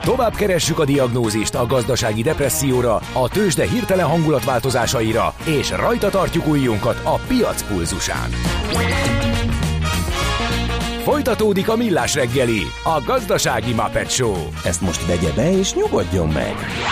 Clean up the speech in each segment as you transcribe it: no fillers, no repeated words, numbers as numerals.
Tovább keressük a diagnózist a gazdasági depresszióra, a tőzsde hirtelen hangulatváltozásaira, és rajta tartjuk ujjunkat a piac pulzusán. Folytatódik a Millás reggeli, a gazdasági Muppet Show. Ezt most vegye be és nyugodjon meg!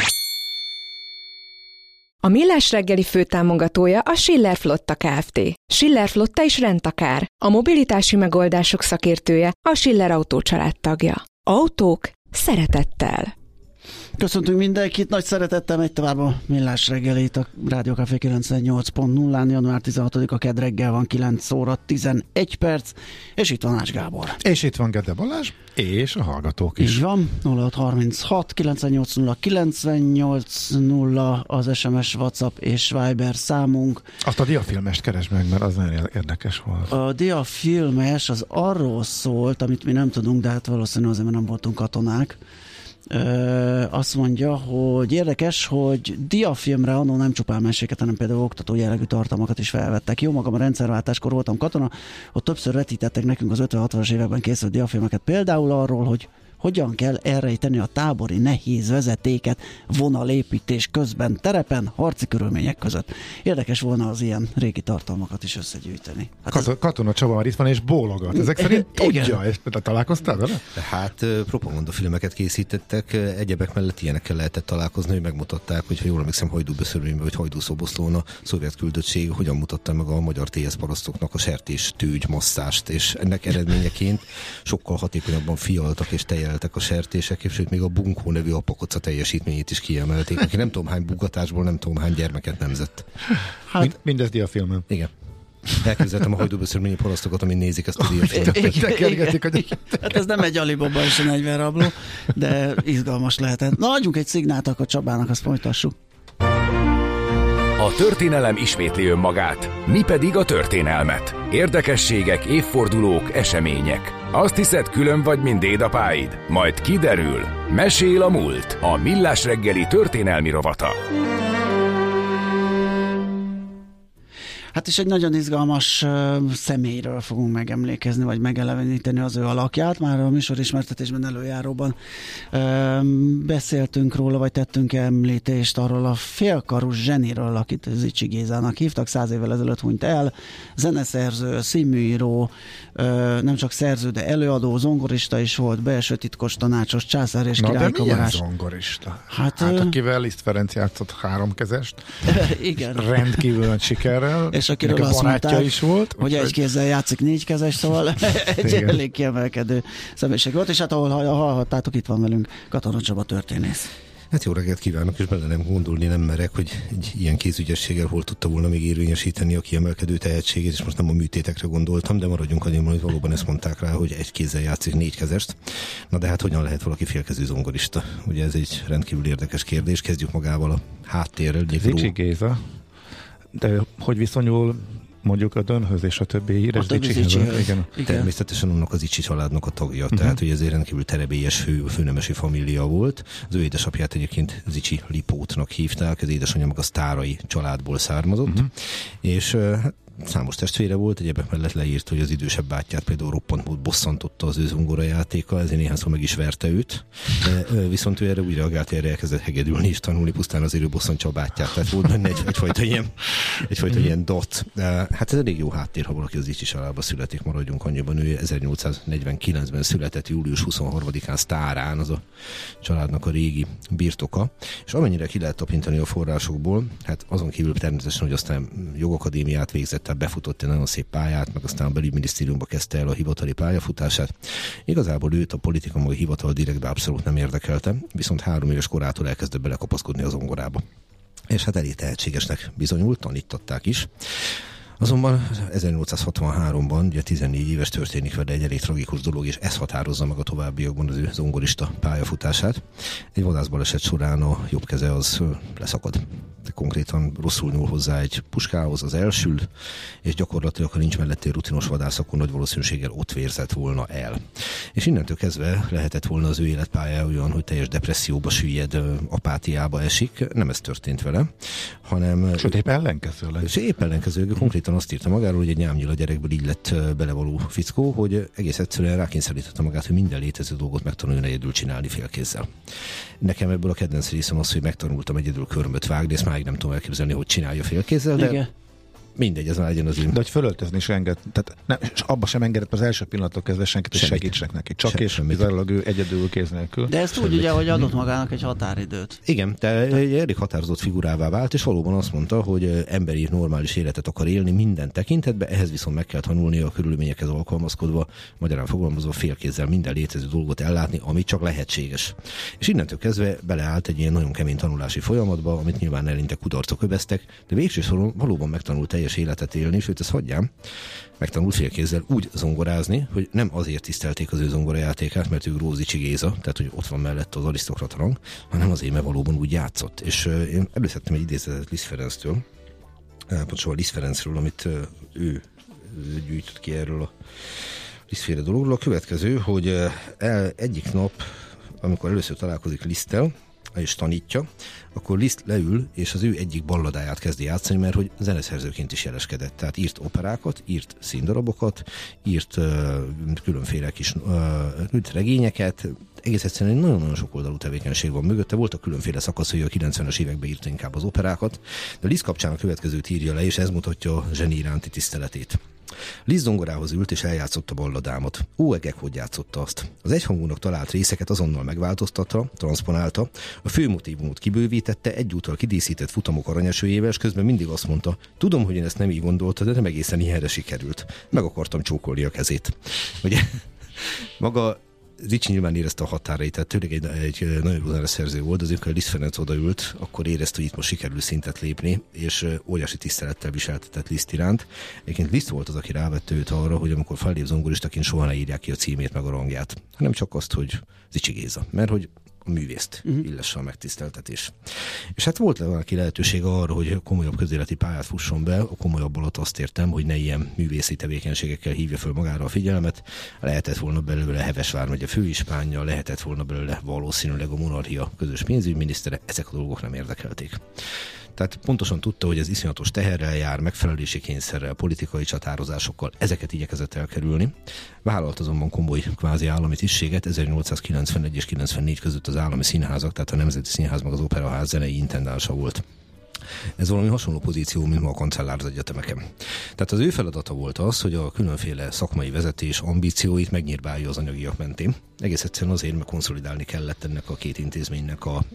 A Millás reggeli főtámogatója a Schiller Flotta Kft. Schiller Flotta is rendtakár. A mobilitási megoldások szakértője, a Schiller Autó család tagja. Autók szeretettel. Köszöntünk mindenkit, nagy szeretettel megy tovább a Millás reggelét a Rádió Café 98.0-án, január 16-a kedd reggel van, 9 óra 11 perc, és itt van Ács Gábor. És itt van Gede Balázs, és a hallgatók is. Így van, 0636 980 980 az SMS, WhatsApp és Viber számunk. Azt a diafilmest keresd meg, mert az nagyon érdekes volt. A diafilmes az arról szólt, amit mi nem tudunk, de hát valószínűleg azért, mert nem voltunk katonák. Azt mondja, hogy érdekes, hogy diafilmre annól nem csupán meséket, hanem például oktató jellegű tartalmakat is felvettek. Jó magam a rendszerváltáskor voltam katona, ott többször vetítettek nekünk az 50-60-as években készült diafilmeket, például arról, hogy hogyan kell elrejteni a tábori nehéz vezetéket vonalépítés közben, terepen, harci körülmények között. Érdekes volna az ilyen régi tartalmakat is összegyűjteni. Hát Katona Csaba már itt van és bólogat. Ezek szerint tudja. Találkoztál vele? Hát propagandafilmeket készítettek, egyebek mellett ilyenekkel lehetett találkozni, hogy megmutatták, hogy ha jól emlékszem, Hajdúböszörvényben vagy Hajdúszoboszlón a szovjet küldöttség hogyan mutatta meg a magyar TS parasztoknak a sertés tőgy masszást, és ennek eredményeként sokkal hatékonyabban fialtak és tejeltek a sertések, és még a Bunkó nevű apakoca teljesítményét is kiemelték, aki nem tudom hány bugatásból, nem tudom hány gyermeket nemzett. Hát, mindez diafilmen. Igen. Elképzeltem a Hajdúböszörvényi parasztokat, amin nézik ezt a diafilmet. Hát ez nem egy Alibaba és egy 40 rabló, de izgalmas lehetett. Na, adjunk egy szignát akkor Csabának, azt folytassuk. A történelem ismétli önmagát, mi pedig a történelmet. Érdekességek, évfordulók, események. Azt hiszed, külön vagy, mint dédapáid? Majd kiderül. Mesél a múlt. A Millás reggeli történelmi rovata. Hát is egy nagyon izgalmas személyről fogunk megemlékezni, vagy megeleveníteni az ő alakját. Már a műsorismertetésben előjáróban beszéltünk róla, vagy tettünk említést arról a félkarú zseniről, akit Zichy Gézának hívtak, 100 évvel ezelőtt hunyt el. Zeneszerző, színműíró, nem csak szerző, de előadó, zongorista is volt, belső titkos tanácsos, császár és királykamarás. De milyen zongorista? Hát akivel Liszt Ferenc játszott háromkezest. Igen. Rendkívül nagy sikerrel. És akiről azt mondták, is volt, hogy egy kézzel játszik négykezes, szóval egy elég kiemelkedő személyiség volt, és hát ahol hallhattátok, itt van velünk Katona Csaba történész. Hát jó reggelt kívánok, és bele nem gondolni nem merek, hogy egy ilyen kézügyességgel hol tudta volna még érvényesíteni a kiemelkedő tehetségét, és most nem a műtétekre gondoltam, de maradjunk annyiban, hogy valóban ezt mondták rá, hogy egy kézzel játszik négykezest. Na de hát hogyan lehet valaki félkezű zongorista? Ugye ez egy rendkívül érdekes kérdés, kezdjük magával a háttérrel. Zichy Géza, de hogy viszonyul mondjuk a Dönhöz és a többi híres Zichyhez? Igen. Természetesen annak az Zichy családnak a tagja, tehát hogy ezért rendkívül terebélyes főnemesi família volt. Az ő édesapját egyébként Zichy Lipótnak hívták, az édesanyja meg a Sztárai családból származott, és számos testvére volt, egyebek mellett leírt, hogy az idősebb bátyját például roppant bosszantotta az ő zongorajátéka, ezért néhányszor meg is verte őt, viszont ő erre úgy reagált, erre elkezdett hegedülni és tanulni, pusztán azért ő bosszantsa a bátyját, tehát volt benne egyfajta ilyen dot. Hát ez elég jó háttér, ha valaki az Zichy családba születik, maradjunk annyiban, ő 1849-ben született, július 23-án Sztárán, az a családnak a régi birtoka, és amennyire ki lehet tapintani a forrásokból, hát azon kívül természetesen, hogy aztán jogakadémiát végzett, tehát befutott egy nagyon szép pályát, meg aztán a belügyminisztériumba kezdte el a hivatali pályafutását. Igazából őt a politika, meg a hivatal direktbe abszolút nem érdekelte, viszont 3 éves korától elkezdett belekapaszkodni a zongorába. És hát elég tehetségesnek bizonyult, tanítatták is. Azonban 1863-ban, ugye 14 éves történik vele egy elég tragikus dolog, és ez határozza meg a továbbiakban az ő zongorista pályafutását. Egy vadászbaleset során a jobb keze az leszakad. konkrétan rosszul nyúl hozzá egy puskához, az elsül, és gyakorlatilag, ha nincs mellette rutinos vadász, akkor nagy valószínűséggel ott vérzett volna el. És innentől kezdve lehetett volna az ő életpálya olyan, hogy teljes depresszióba süllyed, apátiába esik. Nem ez történt vele, hanem... Sőt, épp ellenkezőleg. Épp ellenkezőleg, konkrétan azt írta magáról, hogy egy nyámnyila gyerekből így lett belevaló fickó, hogy egész egyszerűen rákényszerítette magát, hogy minden létező dolgot megtanuljon egyedül csinálni félkézzel. Nekem ebből a kedvenc részem az, hogy megtanultam egyedül körmöt vágni, ezt máig nem tudom elképzelni, hogy csinálja félkézzel, de... Igen. Mindegy, ez már legyen az De hogy fölöltözni is enged, tehát nem, és abba sem engedett az első pillanattól kezdve senkit, hogy segítsenek neki. Csak és kizárólag ő egyedül kéz nélkül. De ezt úgy ugye, hogy adott magának egy határidőt. Igen, de egy elég határozott figurává vált, és valóban azt mondta, hogy emberi, normális életet akar élni minden tekintetben, ehhez viszont meg kell tanulnia a körülményekhez alkalmazkodva, magyarán fogalmazva félkézzel minden létező dolgot ellátni, ami csak lehetséges. És innentől kezdve beleállt egy ilyen nagyon kemény tanulási folyamatba, amit nyilván elinte kudarcok öveztek, de végső soron valóban megtanult teljes életet élni, sőt, ezt hagyjám, megtanult félkézzel úgy zongorázni, hogy nem azért tisztelték az ő zongorajátékát, mert ő Grózicsi Géza, tehát hogy ott van mellett az arisztokrata rang, hanem azért, mert valóban úgy játszott. És én előszedtem egy idézetet Liszt Ferenctől, pontosabban Liszt Ferencről, amit ő gyűjtött ki erről a Lisztféle dologról. A következő, hogy egyik nap, amikor először találkozik Liszttel, és tanítja, akkor Liszt leül, és az ő egyik balladáját kezdi játszani, mert hogy zeneszerzőként is jeleskedett. Tehát írt operákat, írt színdarabokat, írt különféle kis regényeket, egész egyszerűen nagyon-nagyon sok oldalú tevékenység van mögötte. Voltak különféle szakaszai, a 90-es években írta inkább az operákat, de Liszt kapcsán a következőt írja le, és ez mutatja a zseni iránti tiszteletét. Liszt zongorához ült, és eljátszotta balladámat. Óegek, hogy játszotta azt. Az egyhangúnak talált részeket azonnal megváltoztatta, transponálta, a főmotívumot kibővítette, egyúttal kidíszített futamok aranyesőjével, és közben mindig azt mondta, tudom, hogy én ezt nem így gondolta, de nem egészen ilyenre sikerült. Meg akartam csókolni a kezét. Ugye? Maga Zichy nyilván érezte a határait, tehát tényleg egy nagyon jó szerző volt, azért, amikor Liszt Ferenc odaült, akkor érezte, hogy itt most sikerül szintet lépni, és óriási tisztelettel viseltetett Liszt iránt. Egyébként Liszt volt az, aki rávette őt arra, hogy amikor fellép zongoristaként soha ne írják ki a címét meg a rangját, hanem csak azt, hogy Zichy Géza, mert hogy a művészt illesse a megtiszteltetés. És hát volt valaki lehetőség arra, hogy komolyabb közéleti pályát fusson be, a komolyabb alatt azt értem, hogy ne ilyen művészi tevékenységekkel hívja föl magára a figyelmet, lehetett volna belőle Heves vármegye főispánja, lehetett volna belőle valószínűleg a monarchia közös pénzügyminisztere, ezek a dolgok nem érdekelték. Tehát pontosan tudta, hogy ez iszonyatos teherrel jár, megfelelési kényszerrel, politikai csatározásokkal, ezeket igyekezett elkerülni. Vállalt azonban komoly kvázi állami tisztséget, 1891 és 94 között az állami színházak, tehát a Nemzeti Színház meg az Operaház zenei intendánsa volt. Ez valami hasonló pozíció, mint ma a kancellár az egyetemeken. Tehát az ő feladata volt az, hogy a különféle szakmai vezetés ambícióit megnyírbálja az anyagiak mentén. Egész egyszerűen azért, mert konszolidálni kellett ennek a két intézménynek a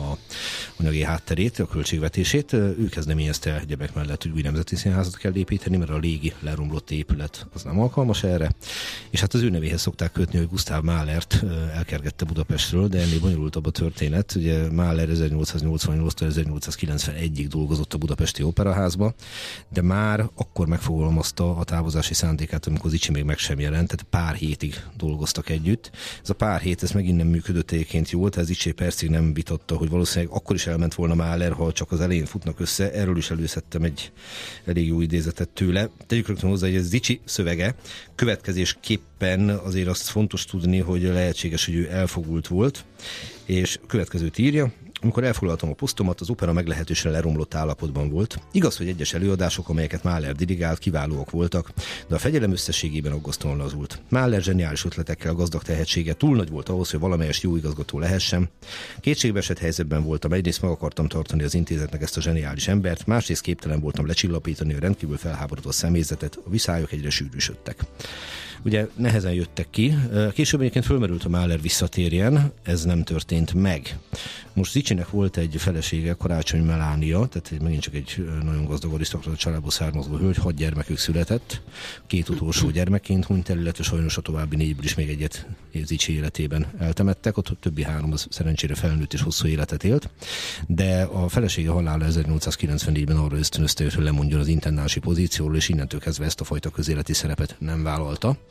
anyagi hátterét, a költségvetését. Ő kezdeményezte egyebek mellett, hogy új nemzeti színházat kell építeni, mert a régi leromlott épület az nem alkalmas erre. És hát az ő nevéhez szokták kötni, hogy Gustav Mahlert elkergette Budapestről, de ennél bonyolultabb a történet. Ugye Mahler 1888-tól 1891-ig dolgozott a Budapesti Operaházba, de már akkor megfogalmazta a távozási szándékát, amikor Zichy még meg sem jelent, tehát pár hétig dolgoztak együtt. Ez a pár hét, ez megint nem működött egyébként jól, tehát Zichy percig nem vitatta, hogy valószínűleg akkor is elment volna Mahler, ha csak az elején futnak össze. Erről is előszedtem egy elég jó idézetet tőle. Tegyük rögtön hozzá, hogy ez Zichy szövege. Következésképpen azért azt fontos tudni, hogy lehetséges, hogy ő elfogult volt, és a következőt írja. Amikor elfoglaltam a posztomat, az opera meglehetősen leromlott állapotban volt. Igaz, hogy egyes előadások, amelyeket Mahler dirigált, kiválóak voltak, de a fegyelem összességében aggasztóan lazult. Mahler zseniális ötletekkel gazdag tehetsége túl nagy volt ahhoz, hogy valamelyest jó igazgató lehessen. Kétségbeesett helyzetben voltam, egyrészt meg akartam tartani az intézetnek ezt a zseniális embert, másrészt képtelen voltam lecsillapítani a rendkívül felháborodott személyzetet, a viszályok egyre sűrűsödtek. Ugye nehezen jöttek ki. Később egyébként fölmerült, a Mahler visszatérjen, ez nem történt meg. Most Zichynek volt egy felesége, Karácsony Melánia, tehát megint csak egy nagyon gazdag arisztokrata családból származó hölgy, 6 gyermekük született, 2 utolsó gyermekként hunyt el, illetve sajnos a további 4-ből is még egyet Zichy életében eltemettek, ott a többi 3 az szerencsére felnőtt és hosszú életet élt, de a felesége halála 1894-ben arra ösztönözte, hogy lemondjon az intendánsi pozícióról, és innentől kezdve ezt a fajta közéleti szerepet nem vállalta.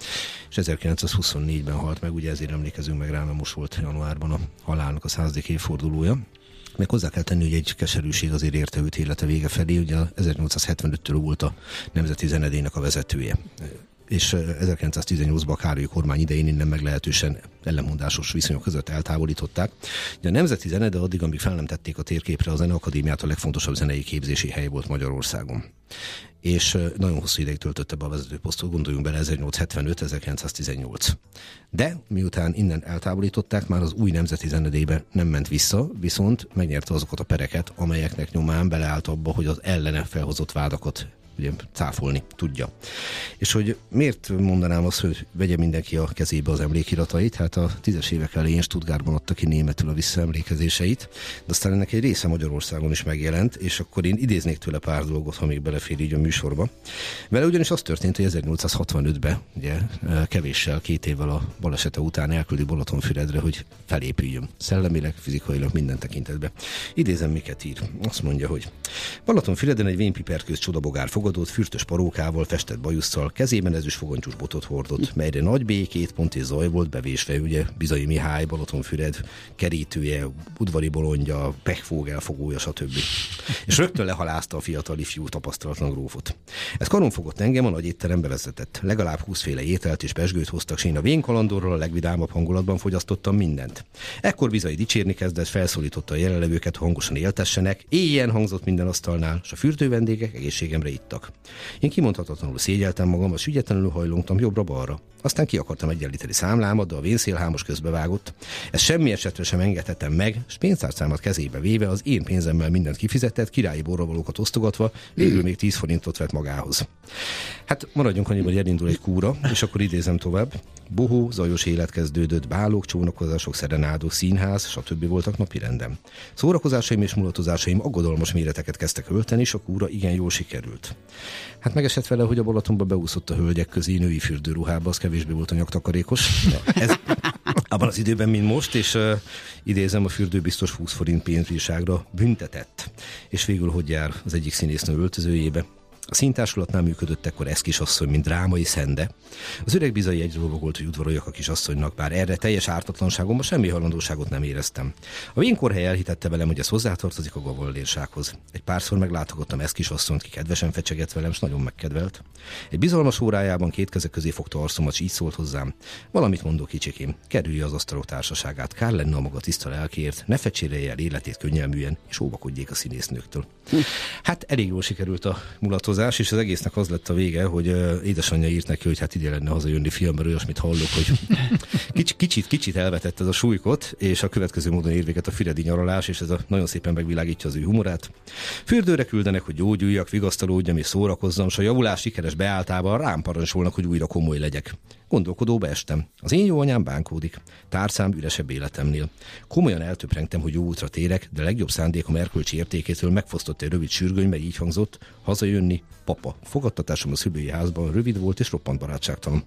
és 1924-ben halt meg, ugye ezért emlékezünk meg rá, mert most volt januárban a halálnak a 100. évfordulója. Meg hozzá kell tenni, hogy egy keserűség azért érte őt élete vége felé, ugye 1875-től volt a Nemzeti Zenedének a vezetője. És 1918-ban a Károlyi kormány idején innen meglehetősen ellenmondásos viszonyok között eltávolították. De a Nemzeti Zenede addig, amíg fel nem tették a térképre, a Zeneakadémiát a legfontosabb zenei képzési hely volt Magyarországon. És nagyon hosszú ideig töltötte be a vezetőposztot, gondoljunk bele 1875-1918. De miután innen eltávolították, már az új Nemzeti Zenedébe nem ment vissza, viszont megnyerte azokat a pereket, amelyeknek nyomán beleállt abba, hogy az ellene felhozott vádakat ugye cáfolni tudja. És hogy miért mondanám azt, hogy vegye mindenki a kezébe az emlékiratait? Hát a 10-es évek elején Stuttgartban adta ki németül a visszaemlékezéseit, de aztán ennek egy része Magyarországon is megjelent, és akkor én idéznék tőle pár dolgot, ha még belefér így a műsorba. Vele ugyanis az történt, hogy 1865-ben, ugye kevéssel 2 évvel a balesete után elküldi Balatonfüredre, hogy felépüljön. Szellemileg, fizikailag, minden tekintetben. Idézem, miket ír. Azt mondja, hogy Balatonfüreden egy vénpiperkőz csodabogár fogadott, fürtös parókával, festett bajusszal, kezében ezüst fogantyús botot hordott, melyre nagy békét, pont és zaj volt bevésve, ugye Bizai Mihály, Balatonfüred kerítője, udvari bolondja, pechfóg elfogója, stb. És rögtön lehalázta a fiatal ifjú tapasztalatlan grófot. Ez karon fogott engem, a nagy étterembe vezetett. Legalább 20 féle ételt és pezsgőt hoztak, s én a vénkalandorral a legvidámabb hangulatban fogyasztottam mindent. Ekkor Bizai dicsérni kezdett, felszólította a jelenlevőket, hangosan éltessenek, éjjel hangzott minden asztalnál, s a fürdő vendégek egészségemre ittak. Én kimondhatatlanul szégyeltem magam, a ügyetlenül hajlongtam jobbra-balra. Aztán ki akartam egyenlíteni számlámat, de a vénszélhámos közbevágott. Ezt semmi esetre sem engedhettem meg, s pénztárcámat kezébe véve az én pénzemmel mindent kifizetett, királyi borravalókat osztogatva, végül még 10 forintot vett magához. Hát maradjunk annyiban, hogy elindul egy kúra, és akkor idézem tovább. Bohó, zajos élet kezdődött, bálok, csónakozások, szerenádok, színház, stb. Voltak napirenden. Szórakozásaim és mulatozásaim aggodalmas méreteket kezdtek ölteni, és a kúra igen jól sikerült. Hát megesett vele, hogy a Balatonba beúszott a hölgyek közé női fürdőruhába, az kevésbé volt a nyaktakarékos. Ez abban az időben, mint most, és idézem, a fürdő biztos 20 forint pénzbírságra büntetett. És végül hogy jár az egyik színésznő öltözőjébe? A színtársulatnál működött ekkor ez kisasszony, mint drámai szende. Az öreg Bizai egy dolga volt, hogy udvaroljak a kisasszonynak, bár erre teljes ártatlanságomban semmi hajlandóságot nem éreztem. A vénkorhely elhitette velem, hogy ez hozzátartozik a gavaldérsághoz. Egy párszor meglátogattam ezt kisasszonyt, ki kedvesen fecsegett velem, s nagyon megkedvelt. Egy bizalmas órájában 2 kezek közé fogta arcomat, s így szólt hozzám. Valamit mondok, kicsikém, kerülje az asztalok társaságát, kár lenne a maga tiszta lelkért, ne fecsérelje el életét könnyelműen, és óvakodjék a színésznőktől. Hát elég jól sikerült a mulatozás, és az egésznek az lett a vége, hogy édesanyja írt neki, hogy hát ide lenne hazajönni filmről, olyasmit hallok, hogy kicsit elvetett ez a súlykot, és a következő módon ér véget a füredi nyaralás, és ez nagyon szépen megvilágítja az ő humorát. Fürdőre küldenek, hogy gyógyuljak, vigasztalódjam és szórakozzam, s a javulás sikeres beáltában rám parancsolnak, hogy újra komoly legyek. Gondolkodóba estem. Az én jó anyám bánkódik. Tárcám üresebb életemnél. Komolyan eltöprengtem, hogy jó útra térek, de legjobb szándékom erkölcsi értékétől megfosztott egy rövid sürgöny, mely így hangzott: hazajönni, papa. Fogadtatásom a szülői házban rövid volt és roppant barátságtalan.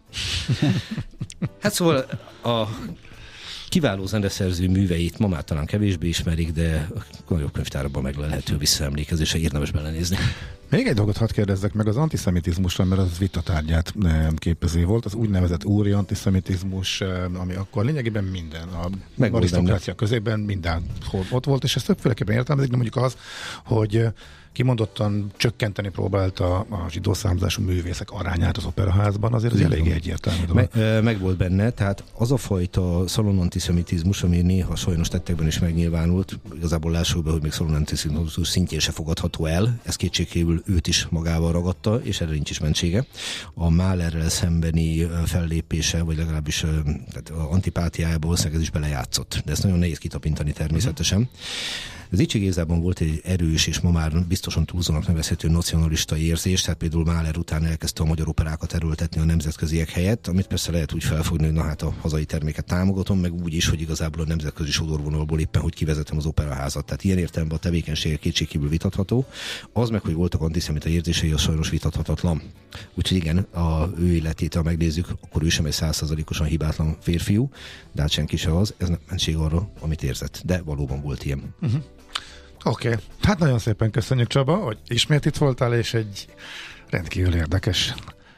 Hát szóval a kiváló zeneszerző műveit ma már talán kevésbé ismerik, de a nagyobb könyvtárban meglelhető visszaemlékezése, érdemes belenézni. Még egy dolgot hadd kérdezzek meg az antiszemitizmusra, mert az vitatárgyát képező volt, az úgynevezett úri antiszemitizmus, ami akkor lényegében minden, a arisztokrácia közében mindenhol ott volt, és ezt többféleképpen értelmezik, de mondjuk az, hogy kimondottan csökkenteni próbálta a zsidó származású művészek arányát az operaházban, azért az eléggé egyértelmű dolog. Meg volt benne, tehát az a fajta szalonantiszemitizmus, ami néha sajnos tettekben is megnyilvánult, igazából lássuk be, hogy még szalonantiszemitizmus szintjén se fogadható el, ez kétségkívül őt is magával ragadta, és erre nincs is mentsége. A Mahlerrel szembeni fellépése, vagy legalábbis tehát antipátiájából ez is belejátszott, de ezt nagyon nehéz kitapintani természetesen. Az Zichy Gézában volt egy erős és ma már biztosan túlzónak nevezhető nacionalista érzés, tehát például Mahler után elkezdte a magyar operákat erőltetni a nemzetköziek helyett, amit persze lehet úgy felfogni, hogy na hát a hazai terméket támogatom, meg úgy is, hogy igazából a nemzetközi sodorvonalból éppen hogy kivezetem az operaházat. Tehát ilyen értelemben a tevékenysége kétségkívül vitatható. Az meg, hogy voltak antiszemita érzései, az sajnos vitathatatlan. Úgyhogy igen, a ő életét, ha megnézzük, akkor ő sem egy 100%-osan hibátlan férfiú, de hát senki se az, ez nem mentség arra, amit érzett. De valóban volt ilyen. Oké. Hát nagyon szépen köszönjük, Csaba, hogy ismét itt voltál, és egy rendkívül érdekes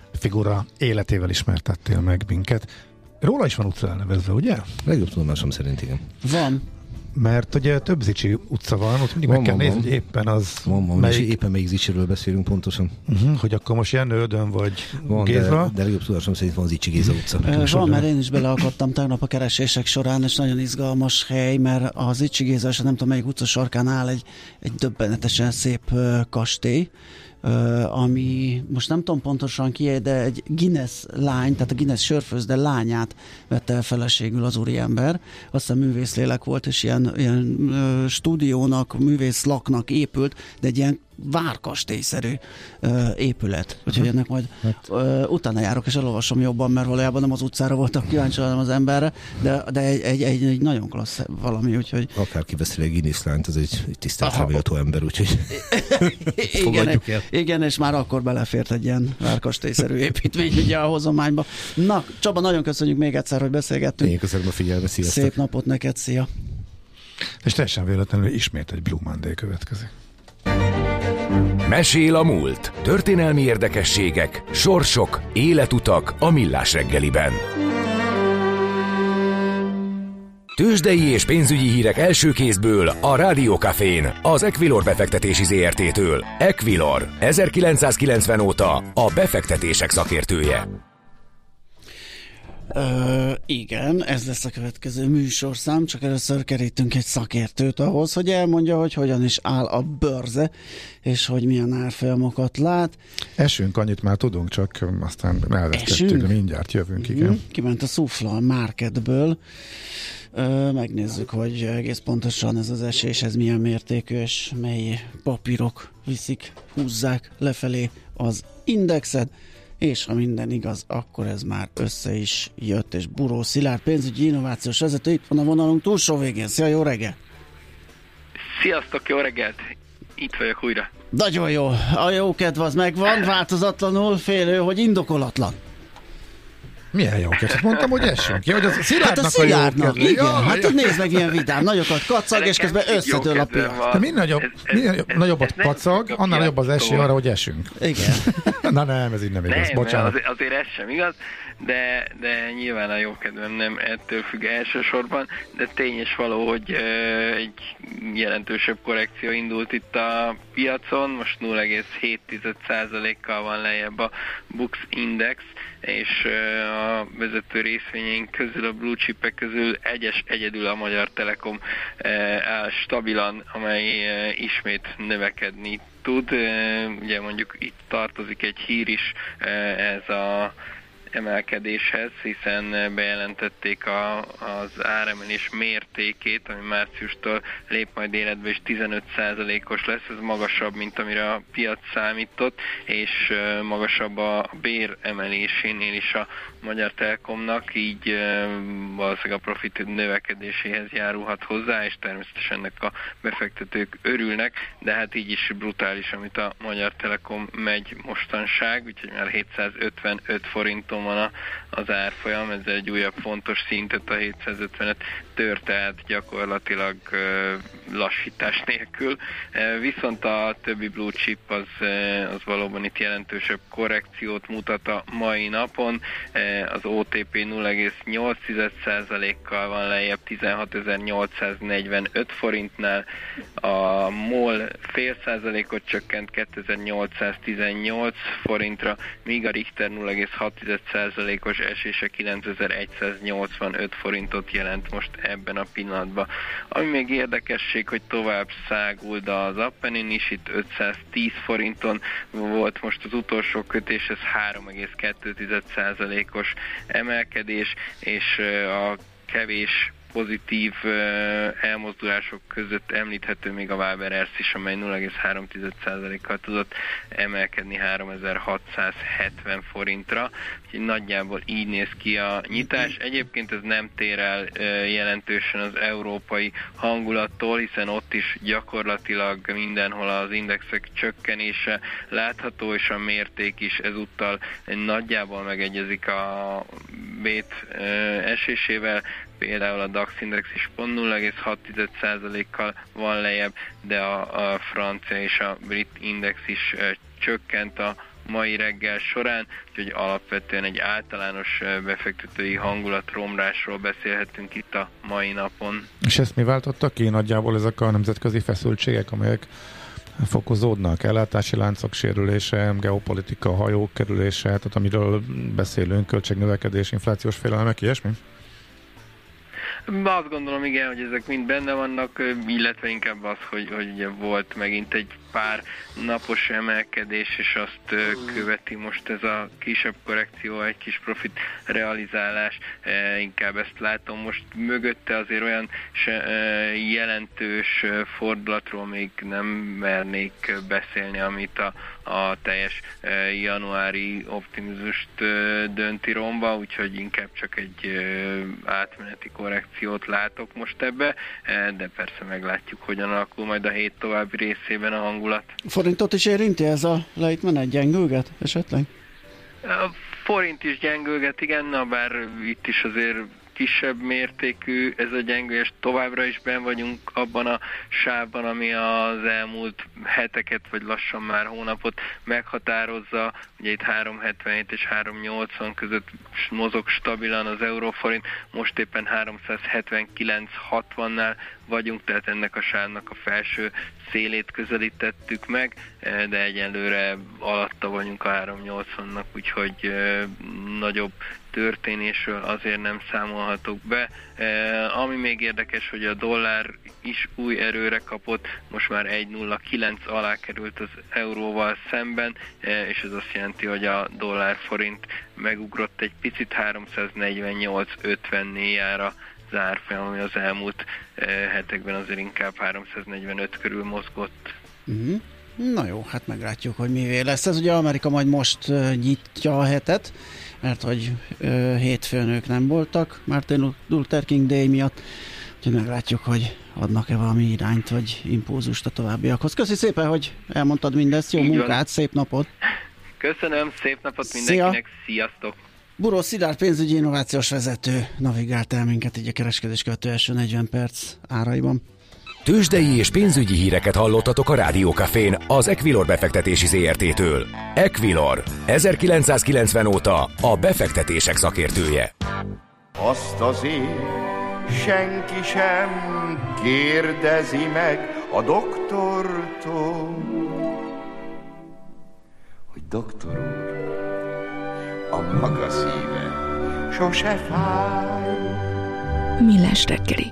figura életével ismertettél meg minket. Róla is van utca elnevezve, ugye? Legjobb tudomásom szerint igen. Van. Mert ugye több Zicsi utca van, ott mindig meg kell nézni, hogy éppen az melyik... És éppen melyik Zicsiről beszélünk pontosan. Hogy akkor most Jenődön vagy Géza. De legjobb tudásom szerint van Zicsi Géza utca. Van, mert én is beleakadtam tegnap a keresések során, és nagyon izgalmas hely, mert a Zicsi Géza, és nem tudom melyik utca sarkán áll egy döbbenetesen szép kastély, ami most nem tudom pontosan ki, de egy Guinness lány, tehát a Guinness sörfőzde lányát vette el feleségül az úriember. Aztán művészlélek volt, és ilyen stúdiónak, művészlaknak épült, de egy ilyen várkastélyszerű épület. Úgyhogy ennek majd utána járok, és elolvasom jobban, mert valójában nem az utcára voltam kíváncsi, hanem az emberre, de egy nagyon klassz valami, úgyhogy... Akárki veszi egy Guinness lányt, az egy tiszteletre méltó ember, úgyhogy fogadjuk el. Igen, és már akkor belefért egy ilyen várkastélyszerű építmény ugye a hozományba. Na, Csaba, nagyon köszönjük még egyszer, hogy beszélgettünk. Én köszönöm a figyelmet, sziasztok. Szép napot neked, szia. És teljesen véletlenül ismét egy Blue Monday következik. Mesél a múlt. Történelmi érdekességek, sorsok, életutak a Millás reggeliben. Tőzsdei és pénzügyi hírek első kézből a Rádió Cafén, az Equilor befektetési ZRT-től. Equilor, 1990 óta a befektetések szakértője. Igen, ez lesz a következő műsorszám, csak először kerítünk egy szakértőt ahhoz, hogy elmondja, hogy hogyan is áll a bőrze, és hogy milyen árfolyamokat lát. Esünk, annyit már tudunk, csak aztán elvesztettük, de mindjárt jövünk, igen. Kiment a Sufla Marketből. Megnézzük, hogy egész pontosan ez az esés, ez milyen mértékű, és mely papírok viszik, húzzák lefelé az indexet, és ha minden igaz, akkor ez már össze is jött, és Buró Szilárd pénzügyi innovációs vezető itt van a vonalunk túlsó végén. Szia, jó reggel! Sziasztok, jó reggelt! Itt vagyok újra. Nagyon jó, a jó kedv az megvan, változatlanul, félő, hogy indokolatlan. Milyen jó kedv? Mondtam, hogy essünk ki, hogy az Szilárdnak a jó kedv. Igen, hát nézd meg, milyen vidám, nagyokat kacag, és közben összedől a piac. De minél nagyobbat kacag, annál jobb az esély arra, hogy esünk. Igen. Na nem, ez így nem igaz, bocsánat. Azért ez sem igaz, de nyilván a jó kedvem nem ettől függ elsősorban, de tény és való, hogy egy jelentősebb korrekció indult itt a piacon, most 0,7%-kal van lejjebb a Bux Index, és a vezető részvényeink közül, a blue chipek közül egyedül a Magyar Telekom áll stabilan, amely ismét növekedni tud. Ugye mondjuk itt tartozik egy hír is, ez a emelkedéshez, hiszen bejelentették az áremelés mértékét, ami márciustól lép majd életbe, és 15%-os lesz, ez magasabb, mint amire a piac számított, és magasabb a bér emelésénél is a Magyar Telekomnak, így valószínűleg a profit növekedéséhez járulhat hozzá, és természetesen ennek a befektetők örülnek, de hát így is brutális, amit a Magyar Telekom megy mostanság, úgyhogy már 755 forinton van az árfolyam, ez egy újabb fontos szintet, a 750-et tör, tehát gyakorlatilag lassítás nélkül. Viszont a többi blue chip az valóban itt jelentősebb korrekciót mutat a mai napon. Az OTP 0,8%-kal van lejjebb 16.845 forintnál, a MOL fél százalékot csökkent 2.818 forintra, míg a Richter 0,6%-os esése 9.185 forintot jelent most ebben a pillanatban. Ami még érdekesség, hogy tovább száguld az Appenin is, itt 510 forinton volt most az utolsó kötés, ez 3,2%-os emelkedés, és a kevés pozitív elmozdulások között említhető még a Waber Ersz is, amely 0,3%-kal tudott emelkedni 3670 forintra. Úgyhogy nagyjából így néz ki a nyitás. Egyébként ez nem tér el jelentősen az európai hangulattól, hiszen ott is gyakorlatilag mindenhol az indexek csökkenése látható, és a mérték is ezúttal nagyjából megegyezik a bét esésével. Például a DAX Index is pont 0,6%-kal van lejjebb, de a francia és a brit index is csökkent a mai reggel során, úgyhogy alapvetően egy általános befektetői hangulatromlásról beszélhetünk itt a mai napon. És ezt mi váltottak ki? Nagyjából ezek a nemzetközi feszültségek, amelyek fokozódnak, ellátási láncok sérülése, geopolitika, hajók kerülése, tehát amiről beszélünk, költségnövekedés, inflációs félelmek, ilyesmi? Azt gondolom, igen, hogy ezek mind benne vannak, illetve inkább az, hogy ugye volt megint egy pár napos emelkedés, és azt követi most ez a kisebb korrekció, egy kis profit realizálás, inkább ezt látom. Most mögötte azért olyan jelentős fordulatról még nem mernék beszélni, amit a teljes januári optimizmust dönti romba, úgyhogy inkább csak egy átmeneti korrekciót látok most ebbe, de persze meglátjuk, hogyan alakul majd a hét további részében a hangulat. Forintot is érinti ez a lejtmenet, gyengülget esetleg? A forint is gyengülget, igen, bár itt is azért kisebb mértékű ez a gyengülés, továbbra is benn vagyunk abban a sávban, ami az elmúlt heteket, vagy lassan már hónapot meghatározza. Ugye itt 3,77 és 3,80 között mozog stabilan az euróforint, most éppen 379,60-nál vagyunk, tehát ennek a sávnak a felső szélét közelítettük meg, de egyelőre alatta vagyunk a 3,80-nak, úgyhogy nagyobb történésről azért nem számolhatok be. Ami még érdekes, hogy a dollár is új erőre kapott, most már 1,09 alá került az euróval szemben, és ez azt jelenti, hogy a dollár-forint megugrott egy picit, 348,54 ára zárfolyam, ami az elmúlt hetekben azért inkább 345 körül mozgott. Uh-huh. Na jó, hát meglátjuk, hogy mivé lesz. Ez ugye Amerika majd most nyitja a hetet, mert hogy hétfőn ők nem voltak Martin Luther King Day miatt, úgyhogy meglátjuk, hogy adnak-e valami irányt vagy impulzust a továbbiakhoz. Köszi szépen, hogy elmondtad mindezt, jó munkát, szép napot! Köszönöm, szép napot mindenkinek, sziasztok! Buró Szilárd pénzügyi innovációs vezető navigált el minket így a kereskedés követő első 40 perc áraiban. Tőzsdei és pénzügyi híreket hallottatok a Rádiókafén az Equilor befektetési ZRT-től. Equilor, 1990 óta a befektetések szakértője. Azt azért senki sem kérdezi meg a doktortól, hogy doktor úr, a maga szíve sose fáj. Millás reggeli.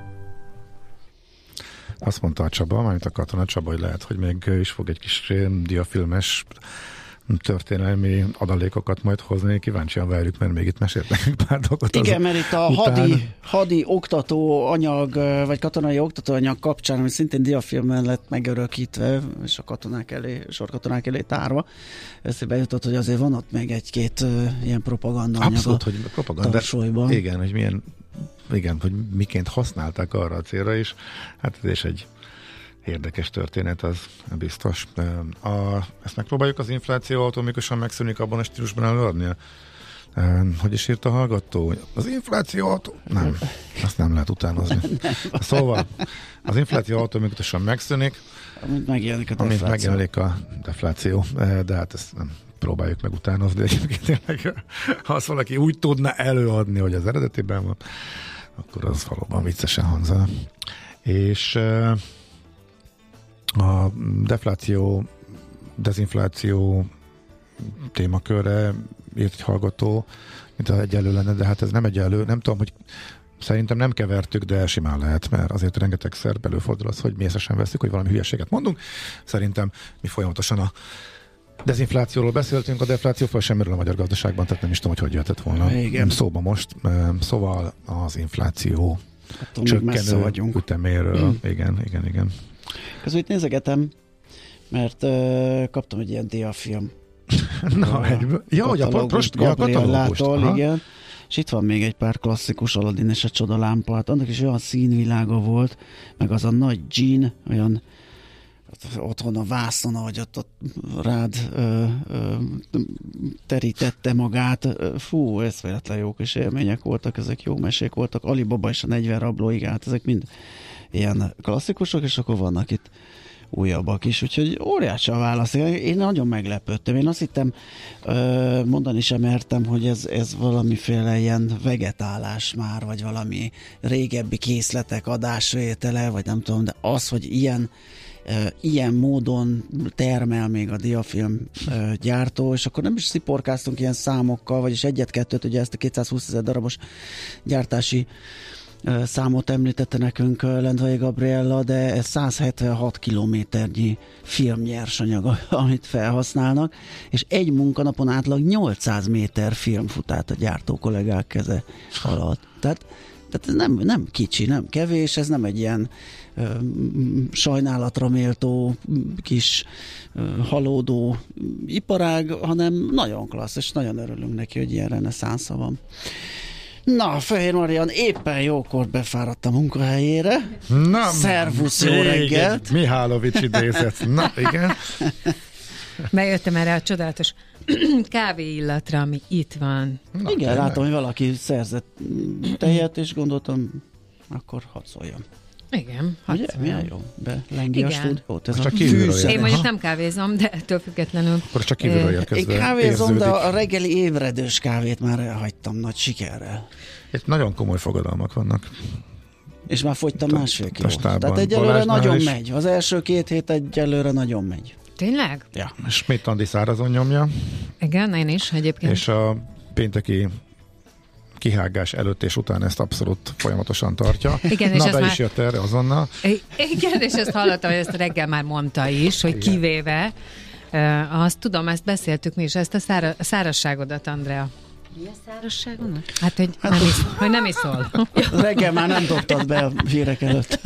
Azt mondta a Csaba, mármint a Katona Csaba, hogy lehet, hogy még is fog egy kis diafilmes történelmi adalékokat majd hozni. Kíváncsian várjuk, mert még itt mesélt nekünk pár dolgot. Igen, mert itt a hadi oktató anyag, vagy katonai oktató anyag kapcsán, ami szintén diafilmen lett megörökítve, és a katonák elé, sorkatonák elé tárva, eszébe jutott, hogy azért van ott még egy-két ilyen propaganda anyag. Abszolút, hogy propaganda. Tarsolyban. Igen, hogy milyen, igen, hogy miként használták arra a célra is. Hát ez is egy érdekes történet, az biztos. Ezt megpróbáljuk az infláció automatikusan megszűnik abban a stílusban előadni? Hogy is írt a hallgató? Az infláció nem, azt nem lehet utánozni. Szóval az infláció automatikusan megszűnik, amint megjelenik a defláció, de hát ezt nem próbáljuk meg utánozni. Egyébként ha azt valaki úgy tudna előadni, hogy az eredetiben van, akkor az valóban viccesen hangzana. És a defláció, dezinfláció témakörre írt egy hallgató, mint az egyenlő lenne, de hát ez nem egyenlő. Nem tudom, hogy szerintem nem kevertük, de simán lehet, mert azért rengetegszer előfordul az, hogy mészesen veszük, hogy valami hülyeséget mondunk. Szerintem mi folyamatosan a dezinflációról beszéltünk, a defláció fel sem merül a magyar gazdaságban, tehát nem is tudom, hogy jöhetett volna szóba most. Szóval az infláció csökkenő üteméről. Igen. Közben itt nézegetem, mert kaptam egy ilyen diafilm. Na, hogy a Gabriellától, igen. És itt van még egy pár klasszikus Aladdin és a csoda lámpa. Hát annak is olyan színvilága volt, meg az a nagy dzsín, olyan otthon a vászon, ahogy ott rád terítette magát. Fú, ez véletlen jó kis élmények voltak, ezek jó mesék voltak. Alibaba és a 40 rablóig, hát ezek mind ilyen klasszikusok, és akkor vannak itt újabbak is, úgyhogy óriási a válasz. Én nagyon meglepődtem. Én azt hittem, mondani sem mertem, hogy ez valamiféle ilyen vegetálás már, vagy valami régebbi készletek adásvétele, vagy nem tudom, de az, hogy ilyen módon termel még a Diafilm gyártó, és akkor nem is sziporkáztunk ilyen számokkal, vagyis egyet-kettőt, ugye ezt a 220 000 darabos gyártási számot említette nekünk Lendvai Gabriella, de ez 176 kilométernyi filmnyersanyag, amit felhasználnak, és egy munkanapon átlag 800 méter film fut át a gyártó kollégák keze alatt. Tehát ez nem kicsi, nem kevés, ez nem egy ilyen sajnálatra méltó kis halódó iparág, hanem nagyon klassz, és nagyon örülünk neki, hogy ilyen reneszánsza van. Na, Fehér Marian éppen jókor befáradt a munkahelyére. Na, szervusz, jó reggelt! Mihálovics idézett. Na, igen. Bejöttem erre a csodálatos kávé illatra, ami itt van. Na, igen, látom, hogy valaki szerzett tejet, és gondoltam, akkor hadd szóljam. Igen, ugye? Milyen jó? Belengi a stúdiót. Ez a fűszer. Én mondjuk nem kávézom, de ettől függetlenül. Akkor csak kívülről érkezve. Én kávézom, de a reggeli ébredős kávét már elhagytam nagy sikerrel. Itt nagyon komoly fogadalmak vannak. És már fogytam másfél kilót. Tehát egyelőre nagyon megy. Az első 2 hét egyelőre nagyon megy. Tényleg? Ja. Schmidt Andi szárazon nyomja. Igen, én is egyébként. És a pénteki kihágás előtt és után ezt abszolút folyamatosan tartja. Igen, és na, be már... is jött erre azonnal. Igen, és ezt hallottam, hogy ezt reggel már mondta is, hogy igen. Kivéve. Azt tudom, ezt beszéltük mi is, ezt a szárazságodat, Andrea. Mi a szárazságodat? Hát, hogy nem iszol. Reggel már nem dobtad be a hírek előtt.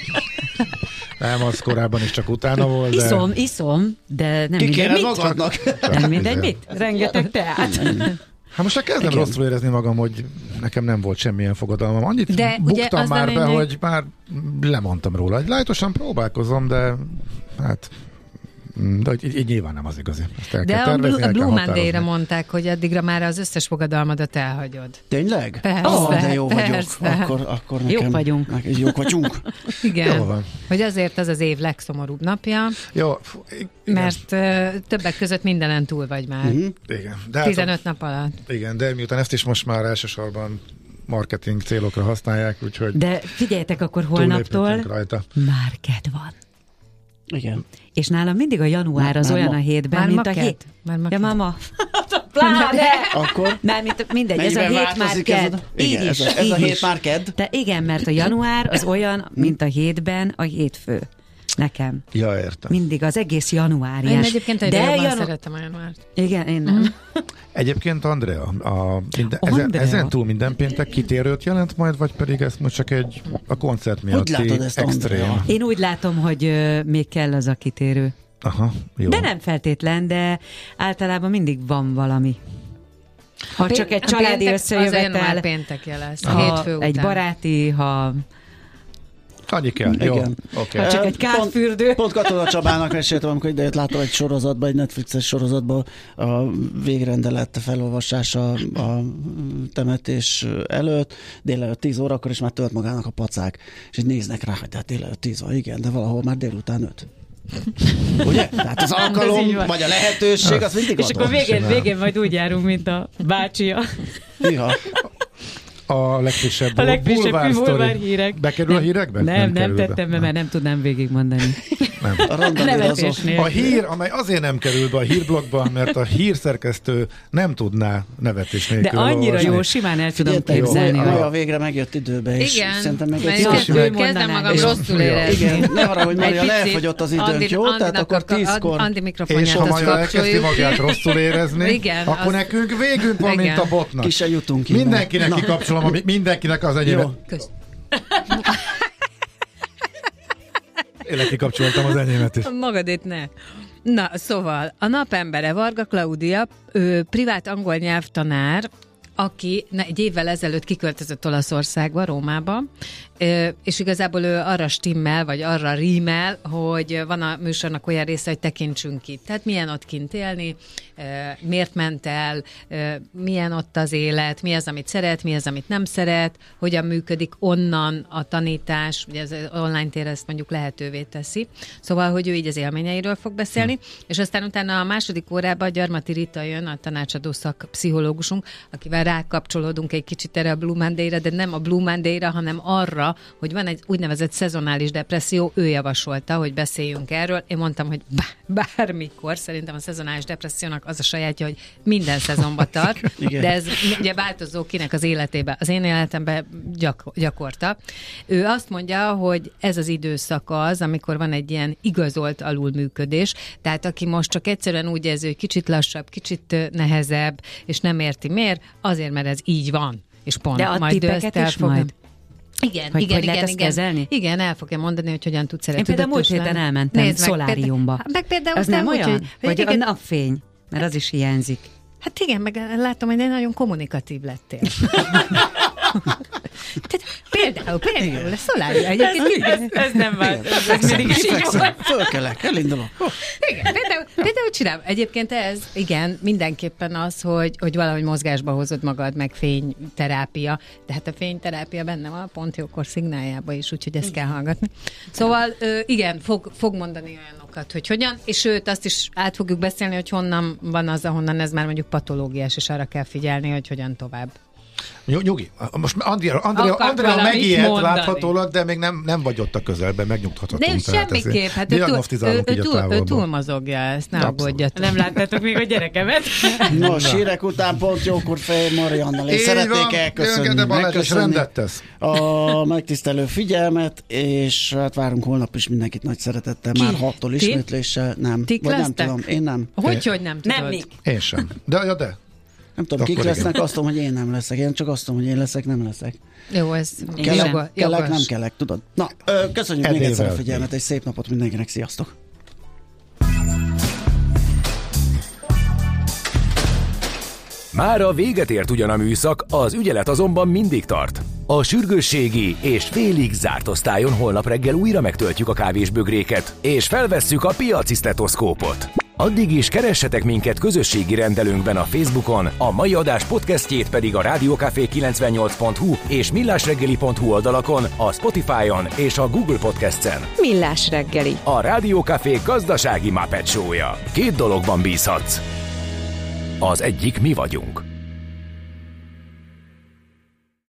Nem, az korábban is csak utána volt, de... Iszom, de nem mindegy mit. Magadnak. Nem mindegy mit. Rengeteg teát. Hát most kezdem rosszul érezni magam, hogy nekem nem volt semmilyen fogadalmam. Annyit de buktam már be, hogy már lemondtam róla. Lájtosan próbálkozom, de hát... De így nyilván nem az igazi. De a Blue Monday-re mondták, hogy addigra már az összes fogadalmadat elhagyod. Tényleg? Persze. De jó vagyok. Akkor nekem... Jók vagyunk. Jók vagyunk. Igen. Jó van. Hogy azért az év legszomorúbb napja. Jó. Mert többek között mindenen túl vagy már. Igen. De 15 nap alatt. Igen, de miután ezt is most már elsősorban marketing célokra használják, úgyhogy... De figyeljetek, akkor holnaptól már kedv van. Igen. És nálam mindig a január az olyan a hétben, mint a hét. Ja, máma. Pláne! Akkor? Mármint mindegy, ez a hét már kedd. Igen, ez a hét már kedd. De igen, mert a január az olyan, mint a hétben a hétfő. Nekem. Ja, értem. Mindig az egész januáriás. Én egyébként egyre jobban szeretem a januárt. Igen, én nem. Egyébként Andrea, ezen túl minden péntek kitérőt jelent majd, vagy pedig ez most csak a koncert miatti extrém? Én úgy látom, hogy még kell az a kitérő. Aha, jó. De nem feltétlen, de általában mindig van valami. Ha csak egy családi összejövetel, péntek lesz, a hétfő után. Egy baráti, ha... Annyi kell. Jó. Okay. Csak egy kárfürdő. Pont Katona Csabának meséltem, amikor idejét láttam egy sorozatban, egy Netflixes sorozatban a végrendelet felolvasása a temetés előtt, délelőtt 10 órakor, és már tölt magának a pacák. És így néznek rá, hogy hát délelőtt 10 óra, igen, de valahol már délután 5. Ugye? Tehát az alkalom, vagy a lehetőség, az mindig és akkor végén majd úgy járunk, mint a bácsia. Iha. A legfrissebb bulvár hírek. Bekerül nem, a hírekbe? Nem tettem be, mert nem tudnám végigmondani. A hír, amely azért nem kerül be a hírblogba, mert a hírszerkesztő nem tudná nevetés nélkül. De annyira jó, simán el tudom képzelni. A végre megjött időbe, és igen, szerintem kezdem magam rosszul érezni. Igen, ne arra, hogy Maria, elfogyott az időnk, jó? Tehát akkor 10-kor. Andi mikrofonját, és ha Maja elkezdi magát rosszul érezni, akkor nekünk végünk van, mint a botnak. Ki se jutunk innen. Mindenkinek kikapcsolom, mindenkinek az enyémet. Én kikapcsoltam az enyémet is. Magadét ne. Na, szóval, a napembere Varga Klaudia, privát angol nyelvtanár, aki egy évvel ezelőtt kiköltözött Olaszországba, Rómába, és igazából ő arra stimmel, vagy arra rímel, hogy van a műsornak olyan része, hogy tekintsünk ki. Tehát milyen ott kint élni, miért ment el, milyen ott az élet, mi az, amit szeret, mi az, amit nem szeret, hogyan működik onnan a tanítás, ugye az online tér ezt mondjuk lehetővé teszi. Szóval, hogy ő így az élményeiről fog beszélni, és aztán utána a második órában Gyarmati Rita jön, a tanácsadó szakpszichológusunk, akivel rákapcsolódunk egy kicsit erre a Blue Monday-re, de nem a Blue Monday-ra, hanem arra, hogy van egy úgynevezett szezonális depresszió, ő javasolta, hogy beszéljünk erről. Én mondtam, hogy bármikor, szerintem a szezonális depressziónak az a sajátja, hogy minden szezonban tart, de ez ugye változó kinek az életében. Az én életemben gyakorta. Ő azt mondja, hogy ez az időszak az, amikor van egy ilyen igazolt alulműködés, tehát aki most csak egyszerűen úgy érzi, hogy kicsit lassabb, kicsit nehezebb, és nem érti miért, azért, mert ez így van. És pont. De a majd tippeket is fogod? Igen. Kezelni? Igen, el fogja mondani, hogy hogyan tudsz erre. Én például múlt héten elmentem szoláriumba. Meg például az nem olyan? Vagy igen, a napfény, mert az is hiányzik. Hát igen, meg látom, hogy nagyon kommunikatív lettél. Például a szolárium. Ez nem vált. Ez mindig is így van. Fölkelek, elindulok. Igen, például csinálom. Egyébként ez, igen, mindenképpen az, hogy valahogy mozgásba hozod magad, meg fényterápia. De hát a fényterápia benne van a Pont Jókor szignáljában is, úgyhogy ezt kell hallgatni. Szóval igen, fog mondani olyanokat, hogy hogyan, és sőt, azt is át fogjuk beszélni, hogy honnan van az, ahonnan ez már mondjuk patológiás, és arra kell figyelni, hogy hogyan tovább. Nyugi, most Andrea megijedt láthatólag, de még nem vagy ott a közelben, megnyugtathatunk. De semmiképp, hát ő túlmozogja ezt, ne aggódjatok. Nem láttátok még a gyerekemet? Nos, hírek után Pont Jókor Fehér Mariannal. Én szeretnék elköszönni a megtisztelő figyelmet, és hát várunk holnap is mindenkit nagy szeretettel, már 6-tól ismétléssel. Nem. Vagy nem tudom, én nem. Hogy nem tudod? Nem, én sem. De. Nem tudom, kik lesznek, azt tudom, hogy én nem leszek. Én csak azt tudom, hogy én leszek, nem leszek. Jó, ez kellek, nem kellek, tudod. Na, köszönjük még egyszer a figyelmet, egy szép napot mindenkinek, sziasztok! Mára véget ért ugyan a műszak, az ügyelet azonban mindig tart. A sürgősségi és félig zárt osztályon holnap reggel újra megtöltjük a kávésbögréket, és felvesszük a piaci sztetoszkópot. Addig is keressetek minket közösségi rendelőnkben a Facebookon, a mai adás podcastjét pedig a rádiókafé98.hu és millásreggeli.hu oldalakon, a Spotify-on és a Google Podcast-en. Millás reggeli. A Rádiókafé gazdasági Muppet Show-ja. 2 dologban bízhatsz. Az egyik mi vagyunk.